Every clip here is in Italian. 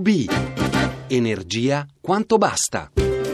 Energia quanto basta.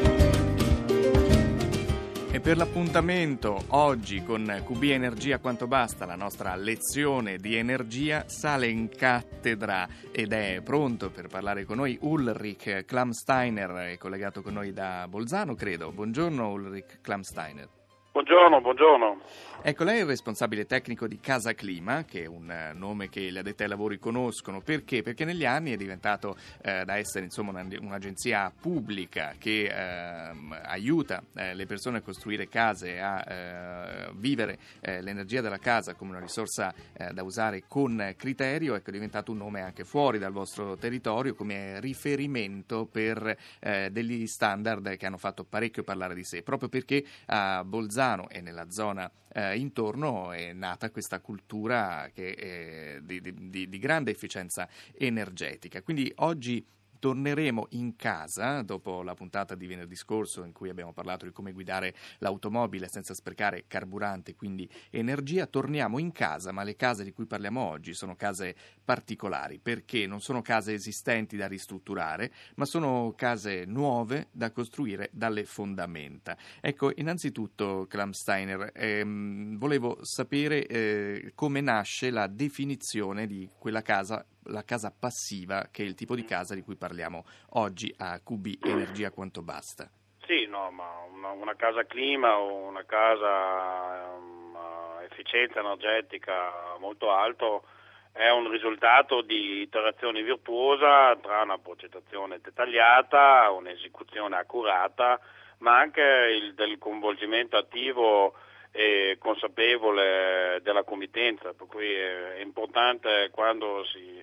E per l'appuntamento oggi con QB Energia quanto basta, la nostra lezione di energia, sale in cattedra ed è pronto per parlare con noi Ulrich Klamsteiner, è collegato con noi da Bolzano, credo. Buongiorno Ulrich Klamsteiner. Buongiorno. Ecco, lei è il responsabile tecnico di Casa Clima, che è un nome che gli addetti ai lavori conoscono. Perché? Perché negli anni è diventato da essere un'agenzia pubblica che aiuta le persone a costruire case, a vivere l'energia della casa come una risorsa da usare con criterio. Ecco, è diventato un nome anche fuori dal vostro territorio come riferimento per degli standard che hanno fatto parecchio parlare di sé, proprio perché a Bolzano e nella zona intorno è nata questa cultura che è di grande efficienza energetica. Quindi oggi torneremo in casa, dopo la puntata di venerdì scorso in cui abbiamo parlato di come guidare l'automobile senza sprecare carburante, quindi energia. Torniamo in casa, ma le case di cui parliamo oggi sono case particolari, perché non sono case esistenti da ristrutturare, ma sono case nuove da costruire dalle fondamenta. Ecco, innanzitutto, Klamsteiner, volevo sapere come nasce la definizione di quella casa, la casa passiva, che è il tipo di casa di cui parliamo oggi a QB Energia quanto basta. Sì, no, ma una casa clima o una casa efficienza energetica molto alto è un risultato di iterazione virtuosa tra una progettazione dettagliata, un'esecuzione accurata, ma anche del coinvolgimento attivo e consapevole della committenza, per cui è importante quando si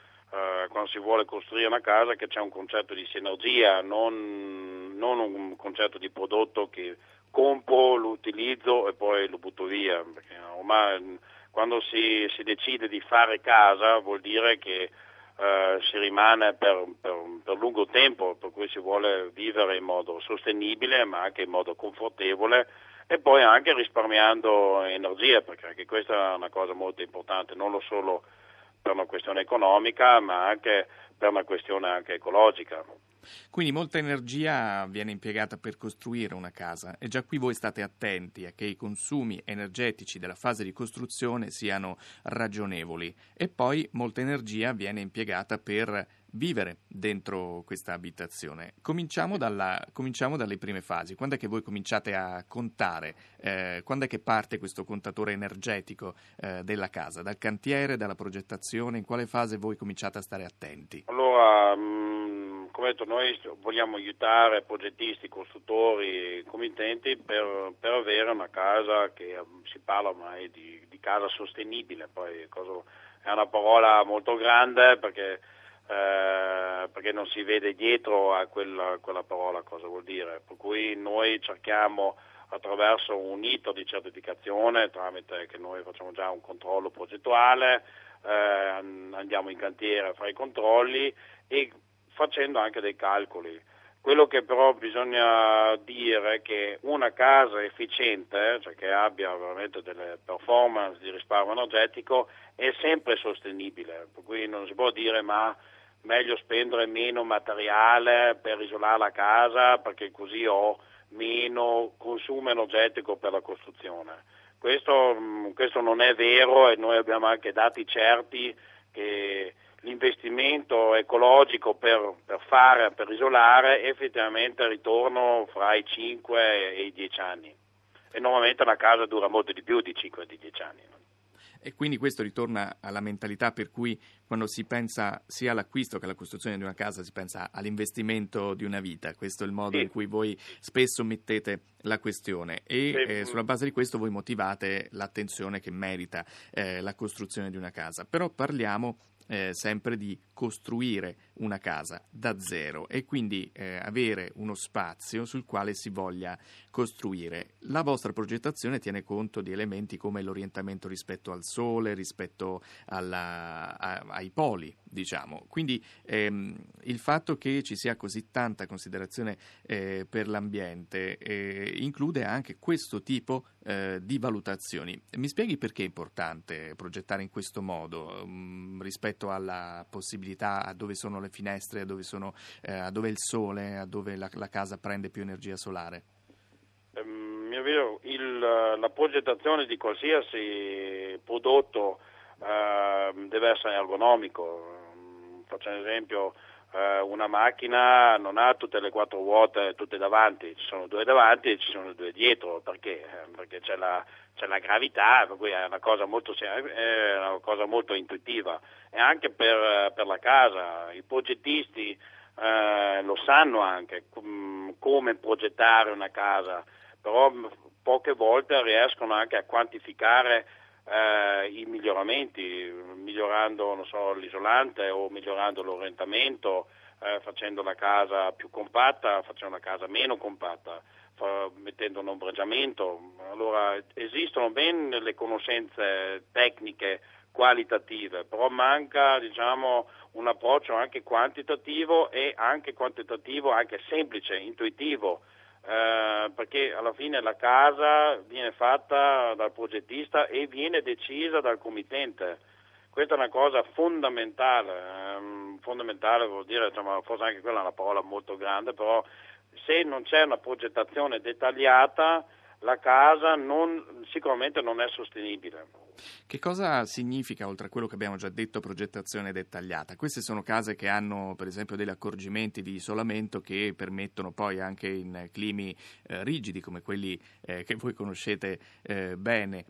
vuole costruire una casa che c'è un concetto di sinergia, non un concetto di prodotto che compro, lo utilizzo e poi lo butto via, perché ormai quando si decide di fare casa vuol dire che si rimane per lungo tempo, per cui si vuole vivere in modo sostenibile ma anche in modo confortevole e poi anche risparmiando energia, perché anche questa è una cosa molto importante, non solo per una questione economica ma anche per una questione anche ecologica. Quindi molta energia viene impiegata per costruire una casa e già qui voi state attenti a che i consumi energetici della fase di costruzione siano ragionevoli, e poi molta energia viene impiegata per vivere dentro questa abitazione. Cominciamo dalle prime fasi. Quando è che voi cominciate a contare? Quando è che parte questo contatore energetico della casa? Dal cantiere, dalla progettazione? In quale fase voi cominciate a stare attenti? Allora, come detto, noi vogliamo aiutare progettisti, costruttori, committenti per avere una casa che si parla ormai di casa sostenibile. Poi è una parola molto grande perché non si vede dietro a quella parola cosa vuol dire, per cui noi cerchiamo attraverso un iter di certificazione, tramite che noi facciamo già un controllo progettuale, andiamo in cantiere a fare i controlli e facendo anche dei calcoli. Quello che però bisogna dire è che una casa efficiente, cioè che abbia veramente delle performance di risparmio energetico, è sempre sostenibile, per cui non si può dire ma meglio spendere meno materiale per isolare la casa perché così ho meno consumo energetico per la costruzione. Questo non è vero e noi abbiamo anche dati certi che l'investimento ecologico per isolare effettivamente il ritorno fra i 5 e i 10 anni e normalmente una casa dura molto di più di 5 e di 10 anni. E quindi questo ritorna alla mentalità per cui quando si pensa sia all'acquisto che alla costruzione di una casa si pensa all'investimento di una vita. Questo è il modo in cui voi spesso mettete la questione e sulla base di questo voi motivate l'attenzione che merita la costruzione di una casa. Però parliamo sempre di costruire una casa da zero e quindi avere uno spazio sul quale si voglia costruire. La vostra progettazione tiene conto di elementi come l'orientamento rispetto al sole, rispetto ai poli, diciamo. Quindi il fatto che ci sia così tanta considerazione per l'ambiente include anche questo tipo di valutazioni. Mi spieghi perché è importante progettare in questo modo rispetto alla possibilità a dove sono le finestre, a dove è il sole, a dove la casa prende più energia solare? Mio avviso, la progettazione di qualsiasi prodotto deve essere ergonomico. Faccio un esempio, una macchina non ha tutte le quattro ruote tutte davanti, ci sono due davanti e ci sono due dietro, perché? Perché c'è la gravità, per cui è una cosa molto intuitiva. E anche per la casa, i progettisti lo sanno anche come progettare una casa, però poche volte riescono anche a quantificare i miglioramenti, migliorando l'isolante o migliorando l'orientamento, facendo la casa più compatta, facendo la casa meno compatta, mettendo un ombreggiamento. Allora esistono ben le conoscenze tecniche qualitative, però manca un approccio anche quantitativo e anche quantitativo, anche semplice, intuitivo. Perché alla fine la casa viene fatta dal progettista e viene decisa dal committente. Questa è una cosa fondamentale, fondamentale vuol dire, forse anche quella è una parola molto grande, però se non c'è una progettazione dettagliata la casa sicuramente non è sostenibile. Che cosa significa, oltre a quello che abbiamo già detto, progettazione dettagliata? Queste sono case che hanno, per esempio, degli accorgimenti di isolamento che permettono poi anche in climi rigidi come quelli che voi conoscete bene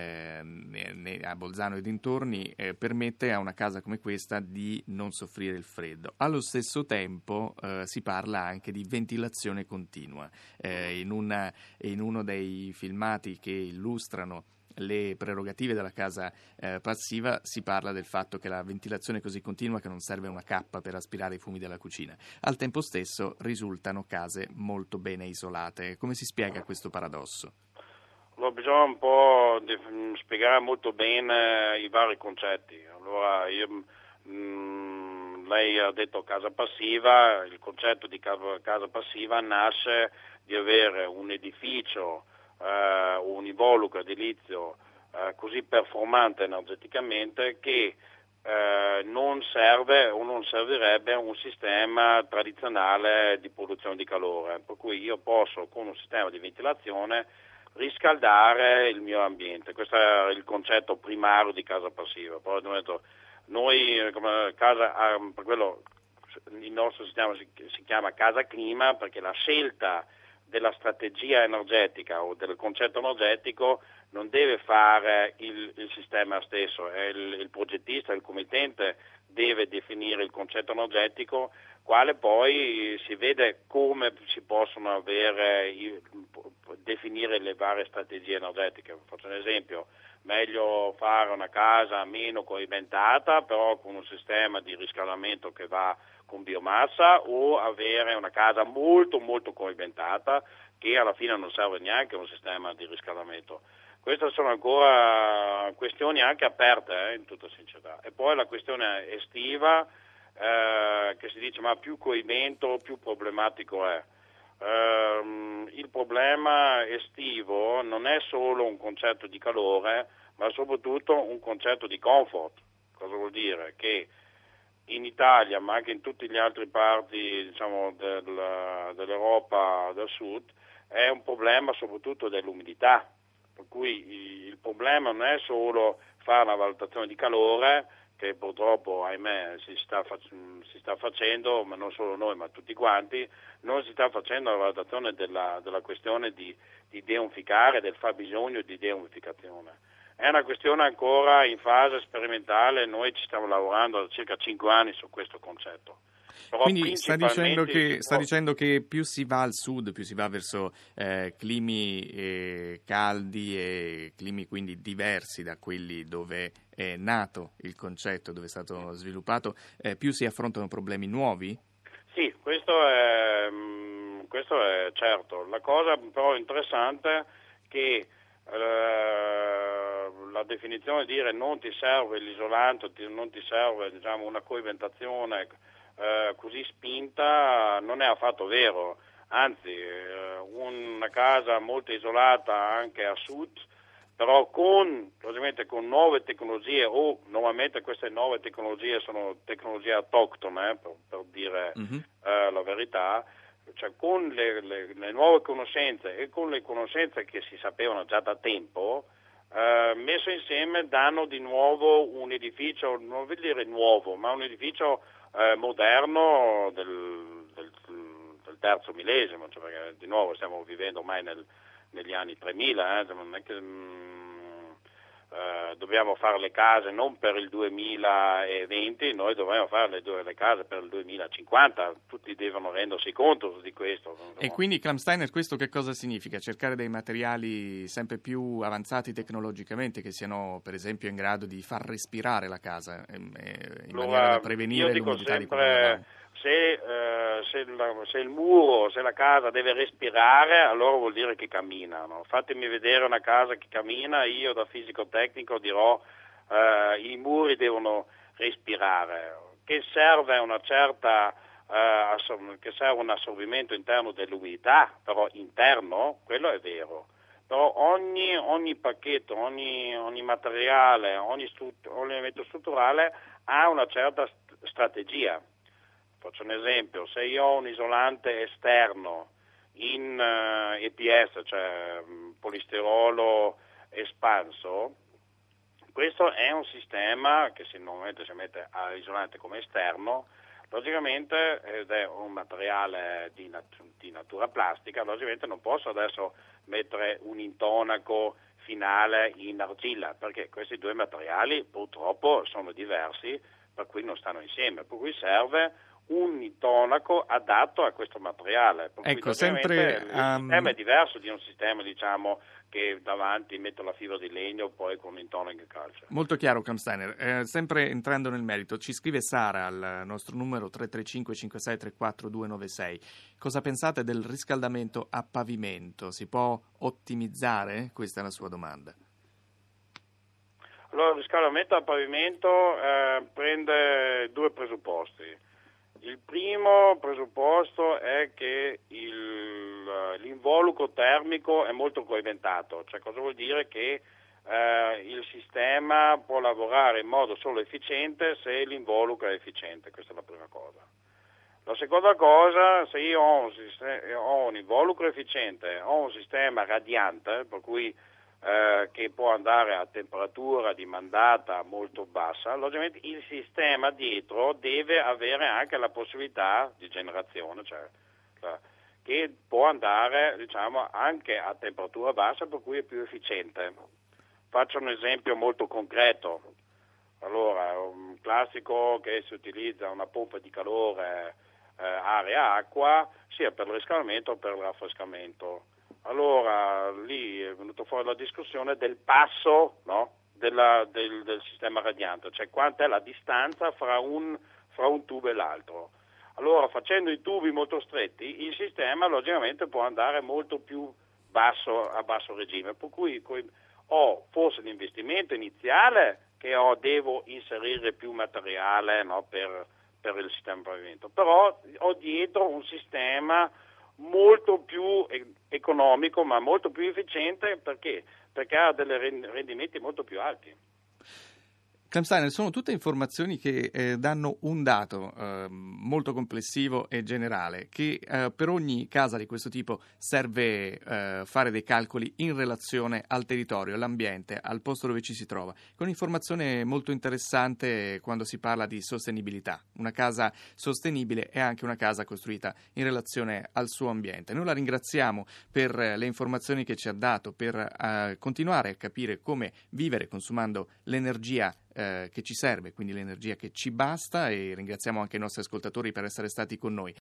a Bolzano e dintorni, permette a una casa come questa di non soffrire il freddo. Allo stesso tempo si parla anche di ventilazione continua. In uno dei filmati che illustrano le prerogative della casa passiva si parla del fatto che la ventilazione è così continua che non serve una cappa per aspirare i fumi della cucina. Al tempo stesso risultano case molto bene isolate. Come si spiega questo paradosso? Allora, bisogna un po' spiegare molto bene i vari concetti. Allora, lei ha detto casa passiva, il concetto di casa passiva nasce di avere un edificio, un involucro edilizio così performante energeticamente che non serve o non servirebbe un sistema tradizionale di produzione di calore, per cui io posso con un sistema di ventilazione riscaldare il mio ambiente. Questo è il concetto primario di casa passiva. Poi noi come casa, per quello il nostro sistema si chiama casa clima, perché la scelta della strategia energetica o del concetto energetico non deve fare il sistema stesso, è il progettista, il committente deve definire il concetto energetico, quale poi si vede come si possono definire le varie strategie energetiche. Faccio un esempio, meglio fare una casa meno coibentata però con un sistema di riscaldamento che va con biomassa, o avere una casa molto molto coibentata che alla fine non serve neanche un sistema di riscaldamento. Queste sono ancora questioni anche aperte, in tutta sincerità. E poi la questione estiva, che si dice ma più coibento più problematico è. Il problema estivo non è solo un concetto di calore, ma soprattutto un concetto di comfort. Cosa vuol dire? Che in Italia, ma anche in tutte le altre parti dell'Europa del Sud, è un problema soprattutto dell'umidità, per cui il problema non è solo fare una valutazione di calore, che purtroppo, ahimè, si sta facendo, ma non solo noi, ma tutti quanti, non si sta facendo la valutazione della questione di deumificare, del fabbisogno di deumificazione. È una questione ancora in fase sperimentale, noi ci stiamo lavorando da circa 5 anni su questo concetto. Però quindi sta dicendo che più si va al sud, più si va verso climi caldi e climi quindi diversi da quelli dove è nato il concetto, dove è stato sviluppato, più si affrontano problemi nuovi? Sì, questo è certo. La cosa però interessante è che la definizione di dire non ti serve l'isolante, non ti serve una coibentazione così spinta non è affatto vero. anzi una casa molto isolata anche a sud, però ovviamente con nuove tecnologie, o normalmente queste nuove tecnologie sono tecnologie autoctone, per dire la verità, cioè con le nuove conoscenze e con le conoscenze che si sapevano già da tempo, messo insieme danno di nuovo un edificio, non vuol dire nuovo, ma un edificio moderno del terzo millesimo, cioè perché di nuovo stiamo vivendo ormai negli anni 3000, non è che dobbiamo fare le case non per il 2020, noi dobbiamo fare le case per il 2050, tutti devono rendersi conto di questo. E quindi, Klampsteiner, questo che cosa significa? Cercare dei materiali sempre più avanzati tecnologicamente, che siano per esempio in grado di far respirare la casa, in maniera da prevenire l'umidità di cui parlavamo. Se il muro, se la casa deve respirare, allora vuol dire che cammina, no? Fatemi vedere una casa che cammina, io da fisico-tecnico dirò i muri devono respirare, che serve una certa che serve un assorbimento interno dell'umidità, però interno, quello è vero. Però ogni pacchetto, ogni materiale, ogni elemento strutturale ha una certa strategia. Faccio un esempio: se io ho un isolante esterno in EPS, cioè polistirolo espanso, questo è un sistema che normalmente si mette all'isolante come esterno, logicamente, ed è un materiale di natura plastica, logicamente non posso adesso mettere un intonaco finale in argilla, perché questi due materiali purtroppo sono diversi, per cui non stanno insieme, per cui serve un intonaco adatto a questo materiale. Per ecco, cui, sempre il sistema è diverso di un sistema, diciamo, che davanti metto la fibra di legno poi con un intonaco in calce. Molto chiaro, Klampsteiner. Sempre entrando nel merito, ci scrive Sara al nostro numero 335 5634 296. Cosa pensate del riscaldamento a pavimento? Si può ottimizzare? Questa è la sua domanda. Allora, il riscaldamento a pavimento prende due presupposti. Il primo presupposto è che l'involucro termico è molto coibentato, cioè cosa vuol dire? Che il sistema può lavorare in modo solo efficiente se l'involucro è efficiente, questa è la prima cosa. La seconda cosa, se io ho un involucro efficiente, ho un sistema radiante, per cui che può andare a temperatura di mandata molto bassa, logicamente il sistema dietro deve avere anche la possibilità di generazione, cioè che può andare, diciamo, anche a temperatura bassa, per cui è più efficiente. Faccio un esempio molto concreto. Allora, un classico che si utilizza una pompa di calore aria-acqua, sia per il riscaldamento che per il raffrescamento. Allora, lì è venuto fuori la discussione del passo, no? del sistema radiante, cioè quanta è la distanza fra un tubo e l'altro. Allora, facendo i tubi molto stretti, il sistema logicamente può andare molto più a basso regime, per cui ho forse l'investimento iniziale che devo inserire più materiale, no, per il sistema di pavimento, però ho dietro un sistema molto più economico, ma molto più efficiente, perché ha dei rendimenti molto più alti. Klampsteiner, sono tutte informazioni che danno un dato molto complessivo e generale, che per ogni casa di questo tipo serve fare dei calcoli in relazione al territorio, all'ambiente, al posto dove ci si trova, con informazione molto interessante quando si parla di sostenibilità. Una casa sostenibile è anche una casa costruita in relazione al suo ambiente. Noi la ringraziamo per le informazioni che ci ha dato, per continuare a capire come vivere consumando l'energia che ci serve, quindi l'energia che ci basta, e ringraziamo anche i nostri ascoltatori per essere stati con noi.